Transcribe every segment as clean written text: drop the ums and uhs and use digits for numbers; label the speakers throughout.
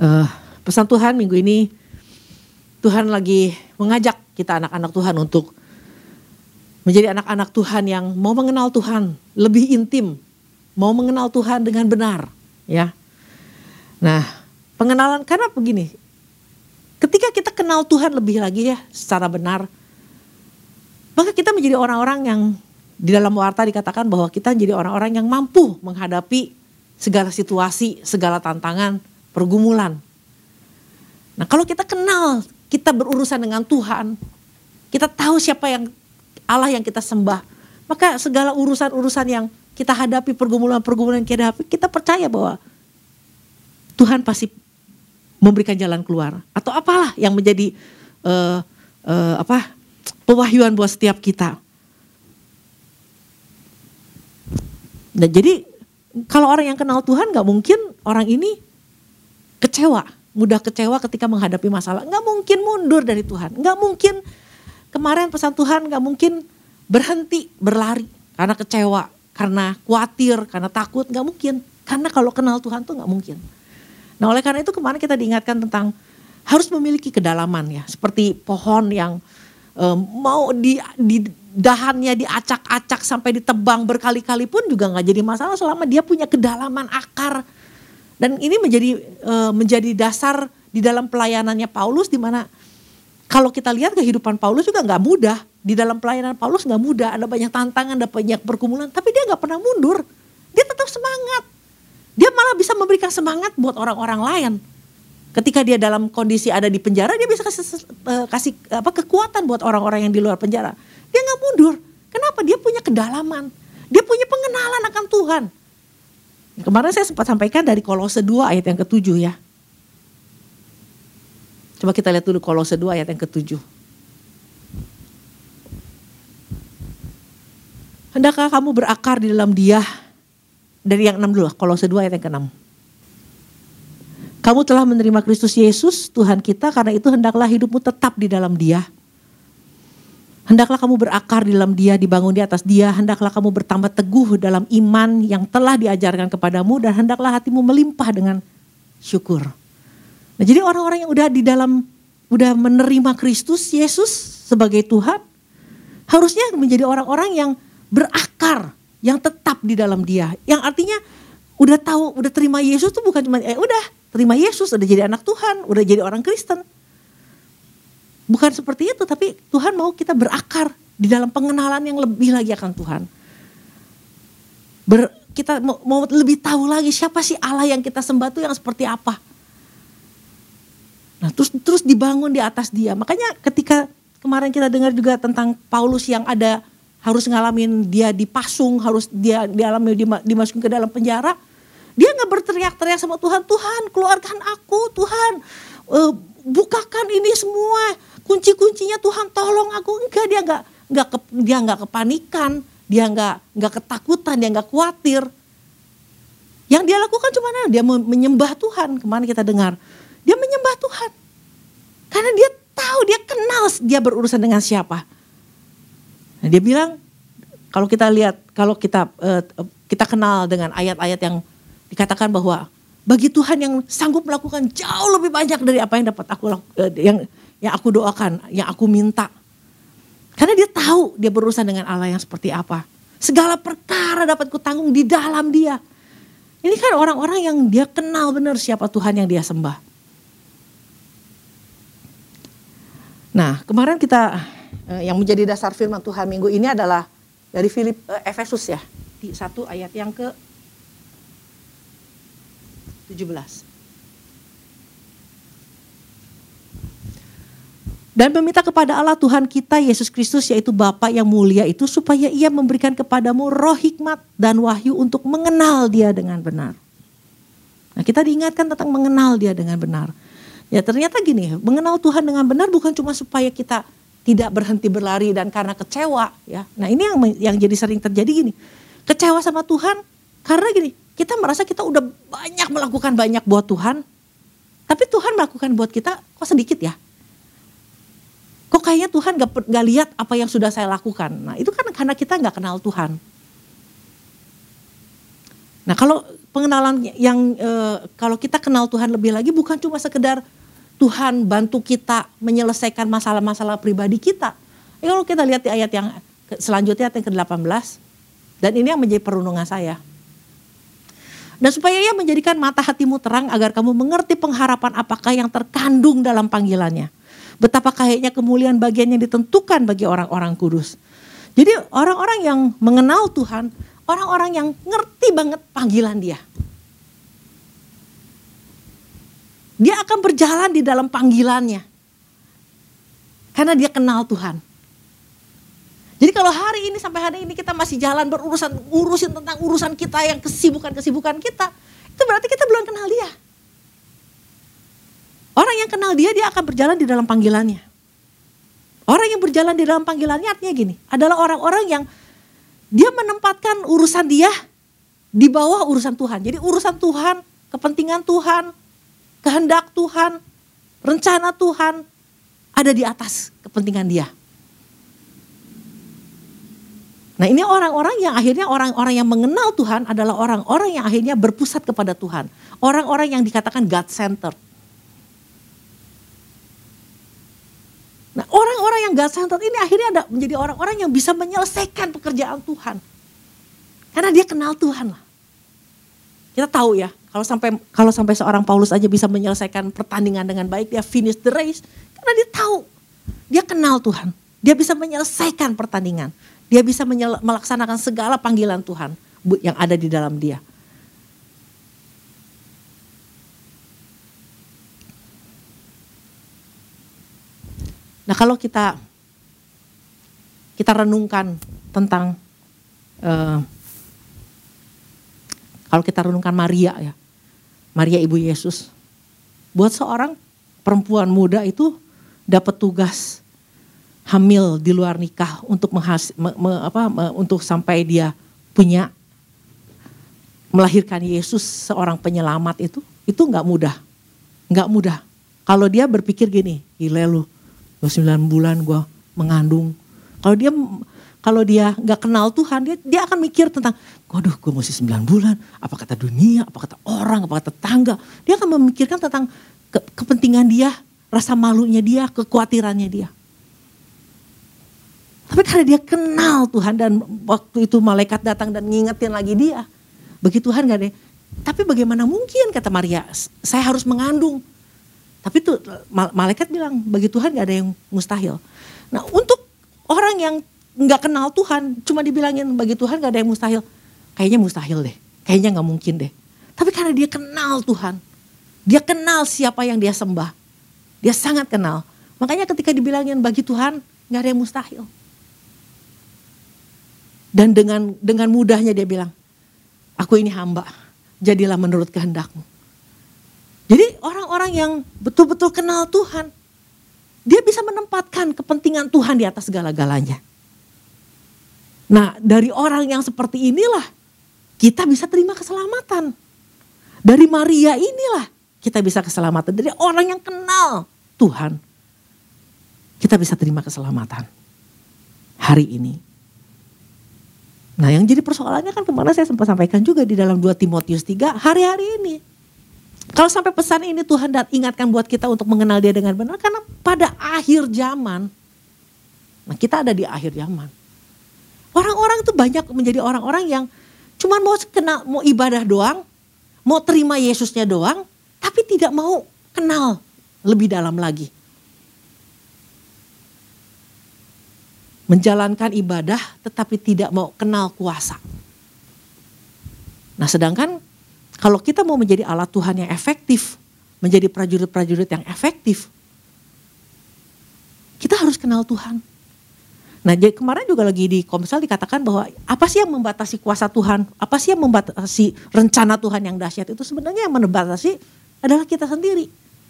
Speaker 1: Pesan Tuhan minggu ini, Tuhan lagi mengajak kita anak-anak Tuhan untuk menjadi anak-anak Tuhan yang mau mengenal Tuhan lebih intim, mau mengenal Tuhan dengan benar, ya. Nah, pengenalan karena begini, ketika kita kenal Tuhan lebih lagi ya secara benar, maka kita menjadi orang-orang yang di dalam warta dikatakan bahwa kita menjadi orang-orang yang mampu menghadapi segala situasi, segala tantangan, pergumulan. Nah, kalau kita kenal, kita berurusan dengan Tuhan, kita tahu siapa yang Allah yang kita sembah, maka segala urusan-urusan yang kita hadapi, pergumulan-pergumulan yang kita hadapi, kita percaya bahwa Tuhan pasti memberikan jalan keluar atau apalah yang menjadi pewahyuan buat setiap kita. Dan jadi kalau orang yang kenal Tuhan gak mungkin orang ini mudah kecewa ketika menghadapi masalah. Gak mungkin mundur dari Tuhan. Gak mungkin kemarin pesan Tuhan gak mungkin berhenti berlari karena kecewa, karena khawatir, karena takut. Gak mungkin. Karena kalau kenal Tuhan tuh gak mungkin. Nah oleh karena itu kemarin kita diingatkan tentang harus memiliki kedalaman ya. Seperti pohon yang mau di dahannya diacak-acak sampai ditebang berkali-kali pun juga gak jadi masalah selama dia punya kedalaman akar. Dan ini menjadi dasar di dalam pelayanannya Paulus, di mana kalau kita lihat kehidupan Paulus juga nggak mudah. Di dalam pelayanan Paulus nggak mudah, ada banyak tantangan, ada banyak pergumulan, tapi dia nggak pernah mundur. Dia tetap semangat. Dia malah bisa memberikan semangat buat orang-orang lain. Ketika dia dalam kondisi ada di penjara, dia bisa kasih kekuatan buat orang-orang yang di luar penjara. Dia nggak mundur. Kenapa? Dia punya kedalaman. Dia punya pengenalan akan Tuhan. Kemarin saya sempat sampaikan dari Kolose 2 ayat yang ke-7 ya. Coba kita lihat dulu Kolose 2 ayat yang ke-7. Hendakkah kamu berakar di dalam Dia, dari yang 6 dulu, Kolose 2 ayat yang ke-6. Kamu telah menerima Kristus Yesus Tuhan kita, karena itu hendaklah hidupmu tetap di dalam Dia. Hendaklah kamu berakar di dalam Dia, dibangun di atas Dia. Hendaklah kamu bertambah teguh dalam iman yang telah diajarkan kepadamu, dan hendaklah hatimu melimpah dengan syukur. Nah, jadi orang-orang yang udah menerima Kristus Yesus sebagai Tuhan, harusnya menjadi orang-orang yang berakar, yang tetap di dalam Dia. Yang artinya udah terima Yesus tuh bukan cuma udah terima Yesus, udah jadi anak Tuhan, udah jadi orang Kristen. Bukan seperti itu, tapi Tuhan mau kita berakar di dalam pengenalan yang lebih lagi akan Tuhan. Kita mau lebih tahu lagi siapa sih Allah yang kita sembah itu yang seperti apa. Nah terus dibangun di atas Dia. Makanya ketika kemarin kita dengar juga tentang Paulus yang harus ngalamin dia dipasung, harus dia dimasukin ke dalam penjara. Dia gak berteriak-teriak sama Tuhan, Tuhan keluarkan aku, Tuhan bukakan ini semua, kunci-kuncinya Tuhan tolong aku. Enggak, dia nggak kepanikan, dia nggak ketakutan, dia nggak khawatir. Yang dia lakukan cuma dia menyembah Tuhan. Kemarin kita dengar dia menyembah Tuhan karena dia tahu, dia kenal dia berurusan dengan siapa. Nah, dia bilang kalau kita lihat, kalau kita kenal dengan ayat-ayat yang dikatakan bahwa bagi Tuhan yang sanggup melakukan jauh lebih banyak dari apa yang dapat yang aku doakan, yang aku minta. Karena dia tahu dia berurusan dengan Allah yang seperti apa. Segala perkara dapat kutanggung di dalam Dia. Ini kan orang-orang yang dia kenal benar siapa Tuhan yang dia sembah. Nah, kemarin kita yang menjadi dasar firman Tuhan minggu ini adalah dari Efesus ya. Di 1 ayat yang ke 17. Dan meminta kepada Allah Tuhan kita Yesus Kristus, yaitu Bapa yang mulia itu, supaya Ia memberikan kepadamu roh hikmat dan wahyu untuk mengenal Dia dengan benar. Nah, kita diingatkan tentang mengenal Dia dengan benar. Ya ternyata gini, mengenal Tuhan dengan benar bukan cuma supaya kita tidak berhenti berlari dan karena kecewa ya. Nah, ini yang jadi sering terjadi gini. Kecewa sama Tuhan karena gini, kita merasa kita udah melakukan banyak buat Tuhan, tapi Tuhan melakukan buat kita kok sedikit ya. Kok kayaknya Tuhan gak lihat apa yang sudah saya lakukan. Nah itu kan karena kita gak kenal Tuhan. Nah kalau pengenalan yang kalau kita kenal Tuhan lebih lagi bukan cuma sekedar Tuhan bantu kita menyelesaikan masalah-masalah pribadi kita. Kalau kita lihat di ayat yang selanjutnya, ayat yang ke-18. Dan ini yang menjadi perundungan saya. Dan supaya ia menjadikan mata hatimu terang agar kamu mengerti pengharapan apakah yang terkandung dalam panggilannya. Betapa kayaknya kemuliaan bagian yang ditentukan bagi orang-orang kudus. Jadi orang-orang yang mengenal Tuhan, orang-orang yang ngerti banget panggilan dia. Dia akan berjalan di dalam panggilannya. Karena dia kenal Tuhan. Jadi kalau hari ini sampai hari ini kita masih jalan urusin tentang urusan kita yang kesibukan kita. Itu berarti kita belum kenal dia. Orang yang kenal dia akan berjalan di dalam panggilannya. Orang yang berjalan di dalam panggilannya artinya gini. Adalah orang-orang yang dia menempatkan urusan dia di bawah urusan Tuhan. Jadi urusan Tuhan, kepentingan Tuhan, kehendak Tuhan, rencana Tuhan ada di atas kepentingan dia. Nah ini orang-orang yang akhirnya orang-orang yang mengenal Tuhan adalah orang-orang yang akhirnya berpusat kepada Tuhan. Orang-orang yang dikatakan God-centered. Nah orang-orang yang God-centered ini akhirnya menjadi orang-orang yang bisa menyelesaikan pekerjaan Tuhan. Karena dia kenal Tuhan lah. Kita tahu ya, kalau sampai seorang Paulus aja bisa menyelesaikan pertandingan dengan baik, dia finish the race. Karena dia tahu, dia kenal Tuhan. Dia bisa menyelesaikan pertandingan. Dia bisa melaksanakan segala panggilan Tuhan yang ada di dalam dia. Nah kalau kita renungkan tentang, kalau kita renungkan Maria ya. Maria ibu Yesus. Buat seorang perempuan muda itu dapat tugas hamil di luar nikah untuk untuk sampai dia melahirkan Yesus seorang penyelamat itu nggak mudah, nggak mudah. Kalau dia berpikir gini, gila lu, 9 bulan gue mengandung. Kalau dia nggak kenal Tuhan, dia akan mikir tentang, waduh gue masih 9 bulan, apa kata dunia, apa kata orang, apa kata tetangga. Dia akan memikirkan tentang kepentingan dia, rasa malunya dia, kekhawatirannya dia. Tapi karena dia kenal Tuhan dan waktu itu malaikat datang dan ngingetin lagi dia. Bagi Tuhan gak deh. Tapi bagaimana mungkin kata Maria, saya harus mengandung. Tapi tuh malaikat bilang bagi Tuhan gak ada yang mustahil. Nah untuk orang yang gak kenal Tuhan cuma dibilangin bagi Tuhan gak ada yang mustahil. Kayaknya mustahil deh, kayaknya gak mungkin deh. Tapi karena dia kenal Tuhan, dia kenal siapa yang dia sembah. Dia sangat kenal. Makanya ketika dibilangin bagi Tuhan gak ada yang mustahil. Dan dengan mudahnya dia bilang, aku ini hamba, jadilah menurut kehendakmu. Jadi orang-orang yang betul-betul kenal Tuhan, dia bisa menempatkan kepentingan Tuhan di atas segala-galanya. Nah dari orang yang seperti inilah, kita bisa terima keselamatan. Dari Maria inilah kita bisa keselamatan. Dari orang yang kenal Tuhan, kita bisa terima keselamatan hari ini. Nah yang jadi persoalannya kan kemarin saya sempat sampaikan juga di dalam 2 Timotius 3 hari-hari ini. Kalau sampai pesan ini Tuhan ingatkan buat kita untuk mengenal dia dengan benar. Karena pada akhir zaman, nah kita ada di akhir zaman. Orang-orang itu banyak menjadi orang-orang yang cuma mau ibadah doang, mau terima Yesusnya doang, tapi tidak mau kenal lebih dalam lagi. Menjalankan ibadah tetapi tidak mau kenal kuasa. Nah sedangkan kalau kita mau menjadi alat Tuhan yang efektif, menjadi prajurit-prajurit yang efektif, kita harus kenal Tuhan. Nah jadi kemarin juga lagi di Komsel dikatakan bahwa apa sih yang membatasi kuasa Tuhan, apa sih yang membatasi rencana Tuhan yang dahsyat itu sebenarnya yang membatasi adalah kita sendiri.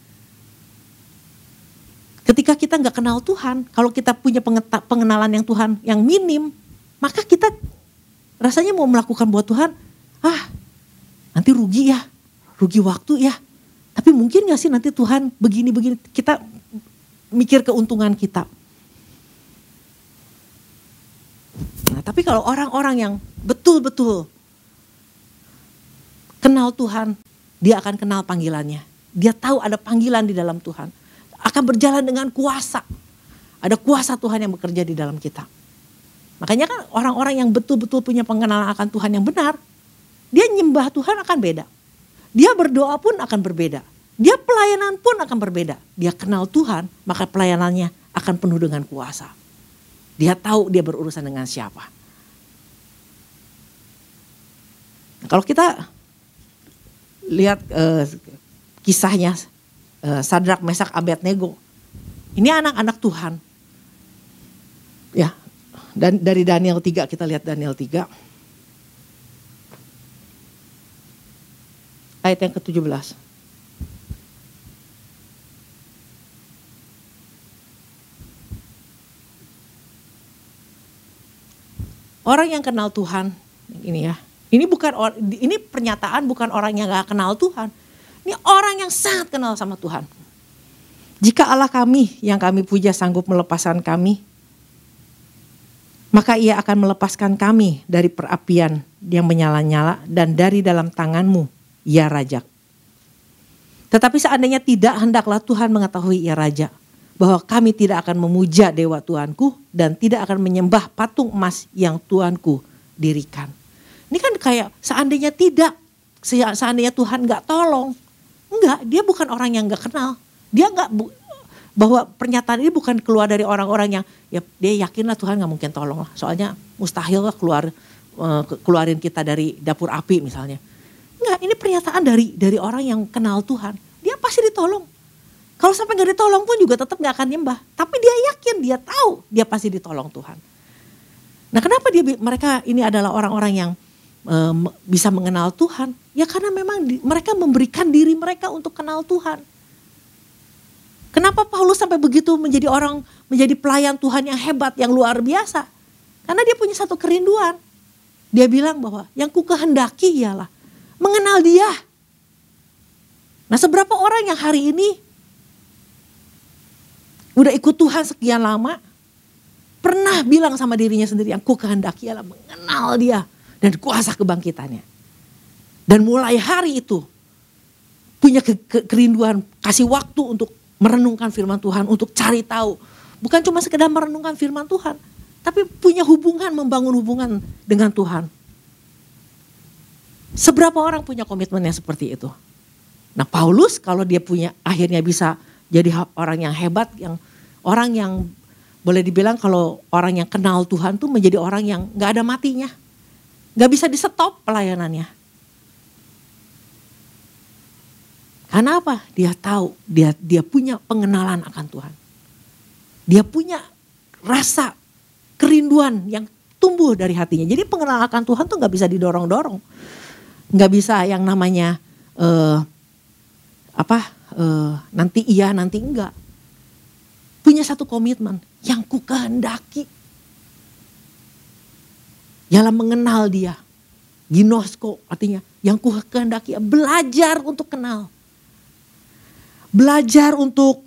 Speaker 1: Ketika kita nggak kenal Tuhan, kalau kita punya pengenalan yang Tuhan yang minim, maka kita rasanya mau melakukan buat Tuhan, nanti rugi ya, rugi waktu ya. Tapi mungkin gak sih nanti Tuhan begini-begini, kita mikir keuntungan kita. Nah tapi kalau orang-orang yang betul-betul kenal Tuhan, dia akan kenal panggilannya. Dia tahu ada panggilan di dalam Tuhan. Akan berjalan dengan kuasa. Ada kuasa Tuhan yang bekerja di dalam kita. Makanya kan orang-orang yang betul-betul punya pengenalan akan Tuhan yang benar, dia nyembah Tuhan akan beda. Dia berdoa pun akan berbeda. Dia pelayanan pun akan berbeda. Dia kenal Tuhan, maka pelayanannya akan penuh dengan kuasa. Dia tahu dia berurusan dengan siapa. Nah, kalau kita lihat kisahnya Sadrak, Mesak, Abednego. Ini anak-anak Tuhan. Ya, dan dari Daniel 3 kita lihat Daniel 3. Ayat yang ke-17. Orang yang kenal Tuhan, ini ya. Ini pernyataan bukan orang yang gak kenal Tuhan. Ini orang yang sangat kenal sama Tuhan. Jika Allah kami yang kami puja sanggup melepaskan kami, maka ia akan melepaskan kami dari perapian yang menyala-nyala dan dari dalam tanganmu, ya Raja. Tetapi seandainya tidak, hendaklah Tuhan mengetahui, ya Raja, bahwa kami tidak akan memuja dewa Tuanku dan tidak akan menyembah patung emas yang Tuanku dirikan. Ini kan kayak seandainya tidak, seandainya Tuhan gak tolong. Enggak, dia bukan orang yang gak kenal. Dia enggak, bahwa pernyataan ini bukan keluar dari orang-orang yang ya dia yakinlah Tuhan gak mungkin tolong lah. Soalnya mustahil lah keluarin kita dari dapur api misalnya. Enggak, ini pernyataan dari orang yang kenal Tuhan. Dia pasti ditolong. Kalau sampai gak ditolong pun juga tetap gak akan nyembah. Tapi dia yakin, dia tahu dia pasti ditolong Tuhan. Nah, kenapa mereka ini adalah orang-orang yang bisa mengenal Tuhan? Ya karena memang mereka memberikan diri mereka untuk kenal Tuhan. Kenapa Paulus sampai begitu menjadi pelayan Tuhan yang hebat, yang luar biasa? Karena dia punya satu kerinduan. Dia bilang bahwa yang ku kehendaki ialah mengenal dia. Nah, seberapa orang yang hari ini udah ikut Tuhan sekian lama, pernah bilang sama dirinya sendiri, yang ku kehendaki ialah mengenal dia dan kuasa kebangkitannya. Dan mulai hari itu punya kerinduan, kasih waktu untuk merenungkan firman Tuhan, untuk cari tahu. Bukan cuma sekedar merenungkan firman Tuhan, tapi punya hubungan, membangun hubungan dengan Tuhan. Seberapa orang punya komitmen yang seperti itu? Nah, Paulus kalau dia punya, akhirnya bisa jadi orang yang hebat, orang yang boleh dibilang kalau orang yang kenal Tuhan tuh menjadi orang yang gak ada matinya. Gak bisa di stop pelayanannya. Karena apa? Dia tahu, dia punya pengenalan akan Tuhan. Dia punya rasa kerinduan yang tumbuh dari hatinya. Jadi pengenalan akan Tuhan tuh gak bisa didorong-dorong. Gak bisa yang namanya nanti iya nanti enggak. Punya satu komitmen yang ku kehendaki. Ialah mengenal dia. Ginosko artinya yang ku kehendaki, belajar untuk kenal. Belajar untuk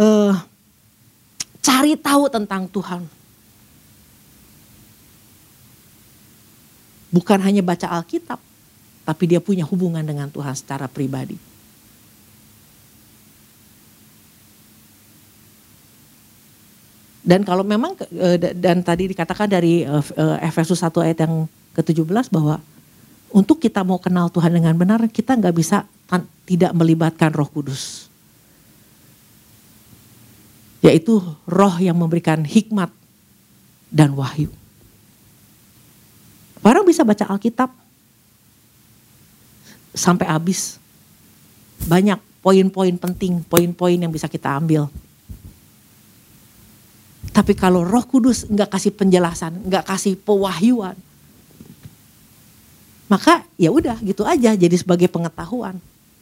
Speaker 1: cari tahu tentang Tuhan. Bukan hanya baca Alkitab, tapi dia punya hubungan dengan Tuhan secara pribadi. Dan kalau memang, dan tadi dikatakan dari Efesus 1 ayat yang ke-17 bahwa untuk kita mau kenal Tuhan dengan benar, kita gak bisa tidak melibatkan Roh Kudus. Yaitu roh yang memberikan hikmat dan wahyu. Orang bisa baca Alkitab sampai habis. Banyak poin-poin penting, poin-poin yang bisa kita ambil. Tapi kalau Roh Kudus enggak kasih penjelasan, enggak kasih pewahyuan, maka ya udah gitu aja, jadi sebagai pengetahuan.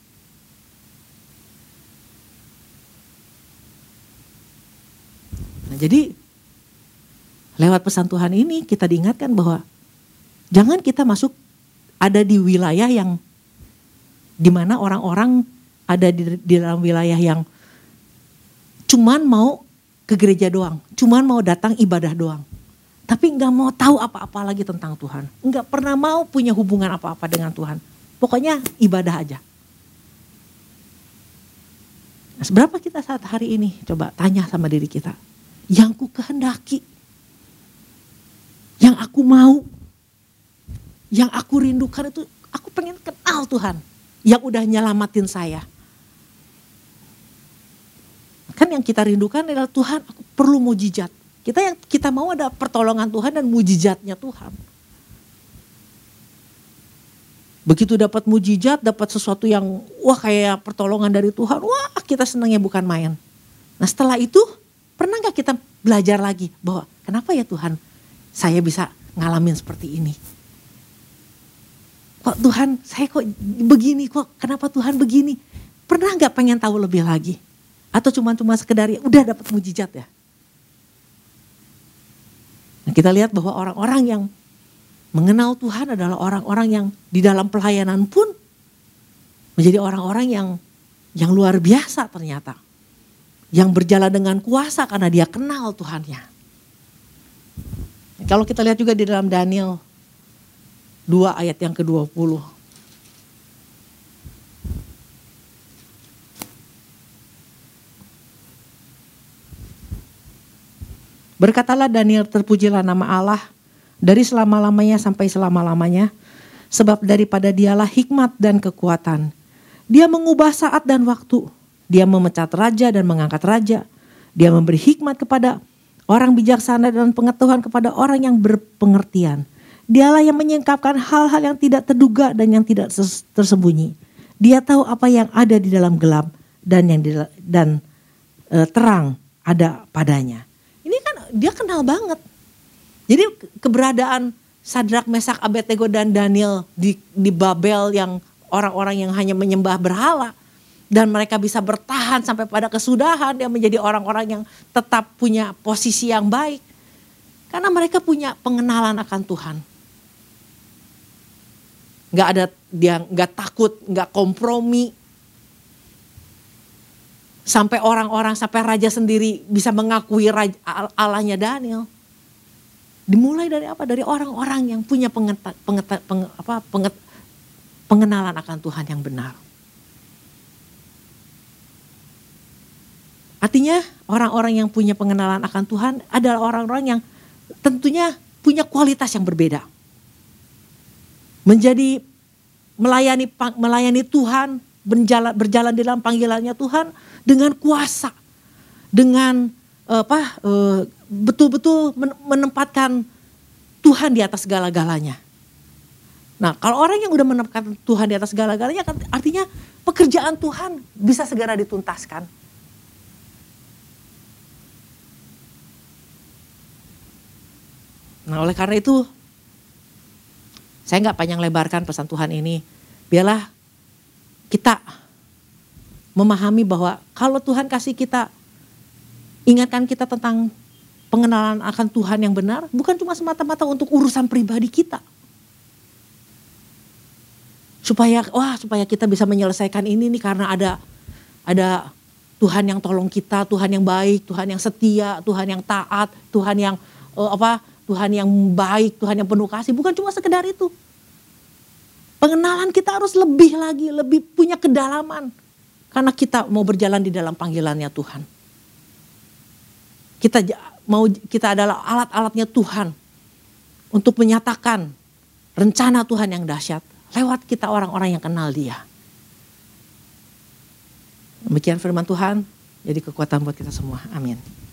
Speaker 1: Nah, jadi lewat pesan Tuhan ini kita diingatkan bahwa jangan kita masuk ada di wilayah yang dimana orang-orang ada di dalam wilayah yang cuman mau ke gereja doang, cuman mau datang ibadah doang. Tapi gak mau tahu apa-apa lagi tentang Tuhan. Gak pernah mau punya hubungan apa-apa dengan Tuhan. Pokoknya ibadah aja. Nah, seberapa kita saat hari ini, coba tanya sama diri kita. Yang ku kehendaki, yang aku mau, yang aku rindukan itu, aku pengen kenal Tuhan. Yang udah nyelamatin saya. Kan yang kita rindukan adalah Tuhan, aku perlu mujizat. Kita mau ada pertolongan Tuhan dan mujizatnya Tuhan. Begitu dapat mujizat, dapat sesuatu yang wah kayak pertolongan dari Tuhan, wah kita senangnya bukan main. Nah setelah itu pernah gak kita belajar lagi bahwa kenapa ya Tuhan saya bisa ngalamin seperti ini. Kok Tuhan saya kok begini, kok kenapa Tuhan begini. Pernah gak pengen tahu lebih lagi? Atau cuma sekedar ya udah dapat mujizat ya. Nah, kita lihat bahwa orang-orang yang mengenal Tuhan adalah orang-orang yang di dalam pelayanan pun menjadi orang-orang yang luar biasa ternyata. Yang berjalan dengan kuasa karena dia kenal Tuhannya. Kalau kita lihat juga di dalam Daniel 2 ayat yang ke-20. Berkatalah Daniel, terpujilah nama Allah dari selama-lamanya sampai selama-lamanya, sebab daripada dialah hikmat dan kekuatan. Dia mengubah saat dan waktu, dia memecat raja dan mengangkat raja, dia memberi hikmat kepada orang bijaksana dan pengetahuan kepada orang yang berpengertian. Dialah yang menyingkapkan hal-hal yang tidak terduga dan yang tidak tersembunyi. Dia tahu apa yang ada di dalam gelap dan terang ada padanya. Ini kan dia kenal banget. Jadi keberadaan Sadrak, Mesak, Abednego dan Daniel di Babel yang orang-orang yang hanya menyembah berhala. Dan mereka bisa bertahan sampai pada kesudahan, dia menjadi orang-orang yang tetap punya posisi yang baik. Karena mereka punya pengenalan akan Tuhan. Dia gak takut, gak kompromi. Sampai sampai raja sendiri bisa mengakui Allahnya Daniel. Dimulai dari apa? Dari orang-orang yang punya pengenalan akan Tuhan yang benar. Artinya orang-orang yang punya pengenalan akan Tuhan adalah orang-orang yang tentunya punya kualitas yang berbeda. Menjadi melayani Tuhan, berjalan di dalam panggilannya Tuhan dengan kuasa, dengan betul-betul menempatkan Tuhan di atas segala-galanya. Nah, kalau orang yang udah menempatkan Tuhan di atas segala-galanya, artinya pekerjaan Tuhan bisa segera dituntaskan. Nah, oleh karena itu, saya gak panjang lebarkan pesan Tuhan ini. Biarlah kita memahami bahwa kalau Tuhan kasih kita, ingatkan kita tentang pengenalan akan Tuhan yang benar, bukan cuma semata-mata untuk urusan pribadi kita. Supaya kita bisa menyelesaikan ini nih karena ada Tuhan yang tolong kita, Tuhan yang baik, Tuhan yang setia, Tuhan yang taat, Tuhan yang Tuhan yang baik, Tuhan yang penuh kasih, bukan cuma sekedar itu. Pengenalan kita harus lebih lagi, lebih punya kedalaman. Karena kita mau berjalan di dalam panggilannya Tuhan. Kita adalah alat-alatnya Tuhan untuk menyatakan rencana Tuhan yang dahsyat lewat kita orang-orang yang kenal Dia. Demikian firman Tuhan, jadi kekuatan buat kita semua. Amin.